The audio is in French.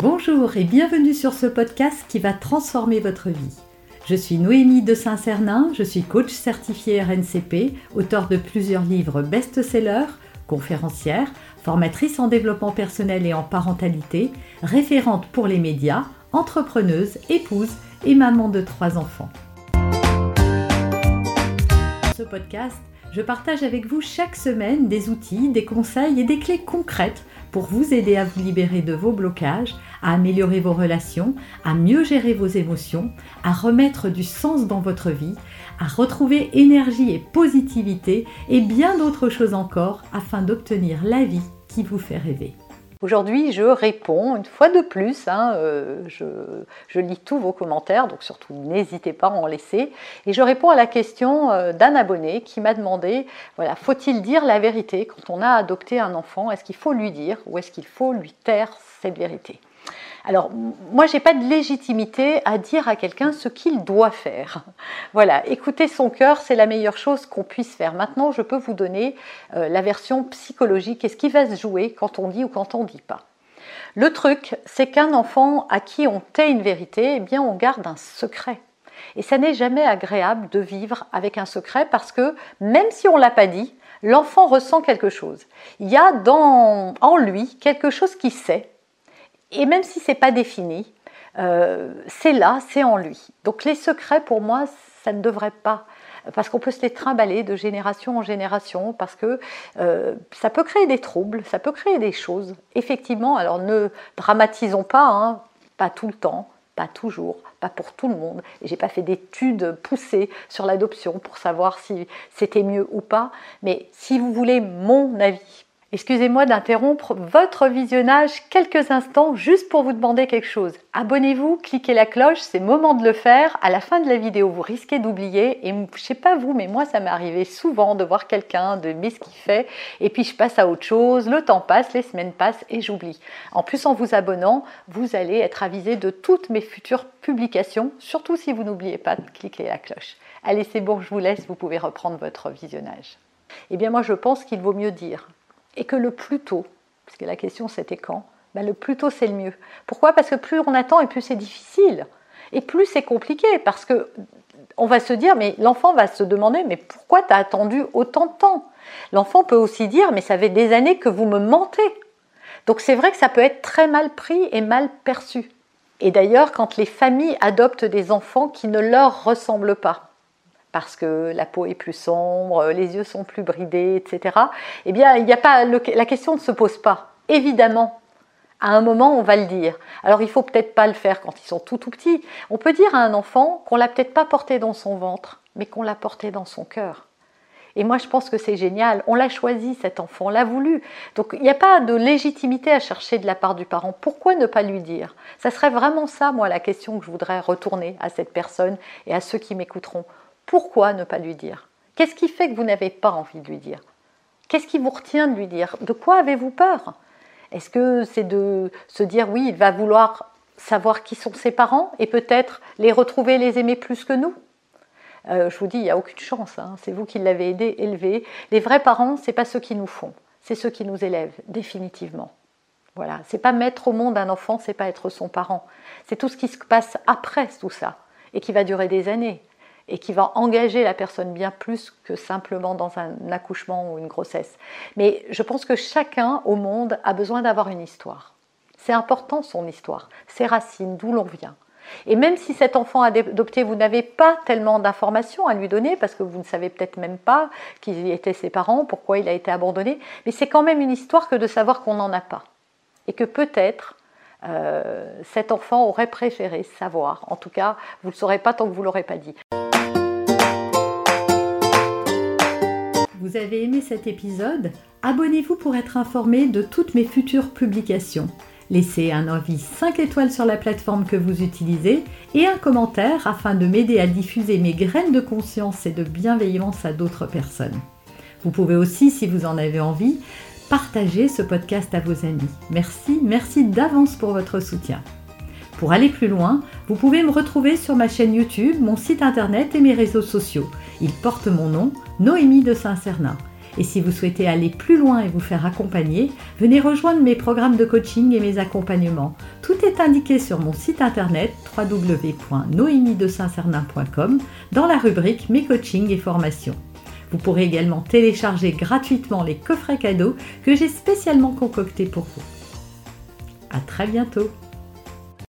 Bonjour et bienvenue sur ce podcast qui va transformer votre vie. Je suis Noémie de Saint-Cernin, je suis coach certifiée RNCP, auteure de plusieurs livres best-sellers, conférencière, formatrice en développement personnel et en parentalité, référente pour les médias, entrepreneuse, épouse et maman de 3 enfants. Dans ce podcast, je partage avec vous chaque semaine des outils, des conseils et des clés concrètes pour vous aider à vous libérer de vos blocages, à améliorer vos relations, à mieux gérer vos émotions, à remettre du sens dans votre vie, à retrouver énergie et positivité et bien d'autres choses encore afin d'obtenir la vie qui vous fait rêver. Aujourd'hui, je réponds une fois de plus, je lis tous vos commentaires, donc surtout n'hésitez pas à en laisser. Et je réponds à la question d'un abonné qui m'a demandé, faut-il dire la vérité quand on a adopté un enfant? Est-ce qu'il faut lui dire ou est-ce qu'il faut lui taire cette vérité? Alors, moi, je n'ai pas de légitimité à dire à quelqu'un ce qu'il doit faire. Voilà, écouter son cœur, c'est la meilleure chose qu'on puisse faire. Maintenant, je peux vous donner la version psychologique et ce qui va se jouer quand on dit ou quand on ne dit pas. Le truc, c'est qu'un enfant à qui on tait une vérité, eh bien, on garde un secret. Et ça n'est jamais agréable de vivre avec un secret parce que, même si on ne l'a pas dit, l'enfant ressent quelque chose. Il y a en lui quelque chose qu'il sait. Et même si ce n'est pas défini, c'est là, c'est en lui. Donc les secrets, pour moi, ça ne devrait pas, parce qu'on peut se les trimballer de génération en génération, parce que ça peut créer des troubles, ça peut créer des choses. Effectivement, alors ne dramatisons pas, pas tout le temps, pas toujours, pas pour tout le monde. Et je n'ai pas fait d'études poussées sur l'adoption pour savoir si c'était mieux ou pas. Mais si vous voulez mon avis, excusez-moi d'interrompre votre visionnage quelques instants juste pour vous demander quelque chose. Abonnez-vous, cliquez la cloche, c'est le moment de le faire. À la fin de la vidéo, vous risquez d'oublier. Et je ne sais pas vous, mais moi, ça m'est arrivé souvent de voir quelqu'un, d'aimer ce qu'il fait. Et puis, je passe à autre chose. Le temps passe, les semaines passent et j'oublie. En plus, en vous abonnant, vous allez être avisé de toutes mes futures publications. Surtout si vous n'oubliez pas de cliquer la cloche. Allez, c'est bon, je vous laisse. Vous pouvez reprendre votre visionnage. Eh bien, moi, je pense qu'il vaut mieux dire. Et que le plus tôt, parce que la question c'était quand, le plus tôt c'est le mieux. Pourquoi? Parce que plus on attend et plus c'est difficile. Et plus c'est compliqué, parce que on va se dire, mais l'enfant va se demander, mais pourquoi tu as attendu autant de temps? L'enfant peut aussi dire, mais ça fait des années que vous me mentez. Donc c'est vrai que ça peut être très mal pris et mal perçu. Et d'ailleurs, quand les familles adoptent des enfants qui ne leur ressemblent pas, parce que la peau est plus sombre, les yeux sont plus bridés, etc. Eh bien, la question ne se pose pas. Évidemment, à un moment, on va le dire. Alors, il ne faut peut-être pas le faire quand ils sont tout petits. On peut dire à un enfant qu'on ne l'a peut-être pas porté dans son ventre, mais qu'on l'a porté dans son cœur. Et moi, je pense que c'est génial. On l'a choisi, cet enfant, on l'a voulu. Donc, il n'y a pas de légitimité à chercher de la part du parent. Pourquoi ne pas lui dire? Ça serait vraiment ça, moi, la question que je voudrais retourner à cette personne et à ceux qui m'écouteront. Pourquoi ne pas lui dire? Qu'est-ce qui fait que vous n'avez pas envie de lui dire? Qu'est-ce qui vous retient de lui dire? De quoi avez-vous peur? Est-ce que c'est de se dire, oui, il va vouloir savoir qui sont ses parents et peut-être les retrouver, les aimer plus que nous? Je vous dis, il n'y a aucune chance, c'est vous qui l'avez élevé. Les vrais parents, ce n'est pas ceux qui nous font, c'est ceux qui nous élèvent, définitivement. Voilà, c'est pas mettre au monde un enfant, c'est pas être son parent. C'est tout ce qui se passe après tout ça et qui va durer des années. Et qui va engager la personne bien plus que simplement dans un accouchement ou une grossesse. Mais je pense que chacun au monde a besoin d'avoir une histoire. C'est important son histoire, ses racines, d'où l'on vient. Et même si cet enfant adopté, vous n'avez pas tellement d'informations à lui donner, parce que vous ne savez peut-être même pas qui étaient ses parents, pourquoi il a été abandonné, mais c'est quand même une histoire que de savoir qu'on n'en a pas. Et que peut-être cet enfant aurait préféré savoir. En tout cas, vous ne le saurez pas tant que vous ne l'aurez pas dit. Vous avez aimé cet épisode? Abonnez-vous pour être informé de toutes mes futures publications. Laissez un avis 5 étoiles sur la plateforme que vous utilisez et un commentaire afin de m'aider à diffuser mes graines de conscience et de bienveillance à d'autres personnes. Vous pouvez aussi, si vous en avez envie, partager ce podcast à vos amis. Merci d'avance pour votre soutien. Pour aller plus loin, vous pouvez me retrouver sur ma chaîne YouTube, mon site internet et mes réseaux sociaux. Ils portent mon nom, Noémie de Saint-Cernin. Et si vous souhaitez aller plus loin et vous faire accompagner, venez rejoindre mes programmes de coaching et mes accompagnements. Tout est indiqué sur mon site internet www.noemidesaincsernin.com dans la rubrique Mes coachings et formations. Vous pourrez également télécharger gratuitement les coffrets cadeaux que j'ai spécialement concoctés pour vous. À très bientôt!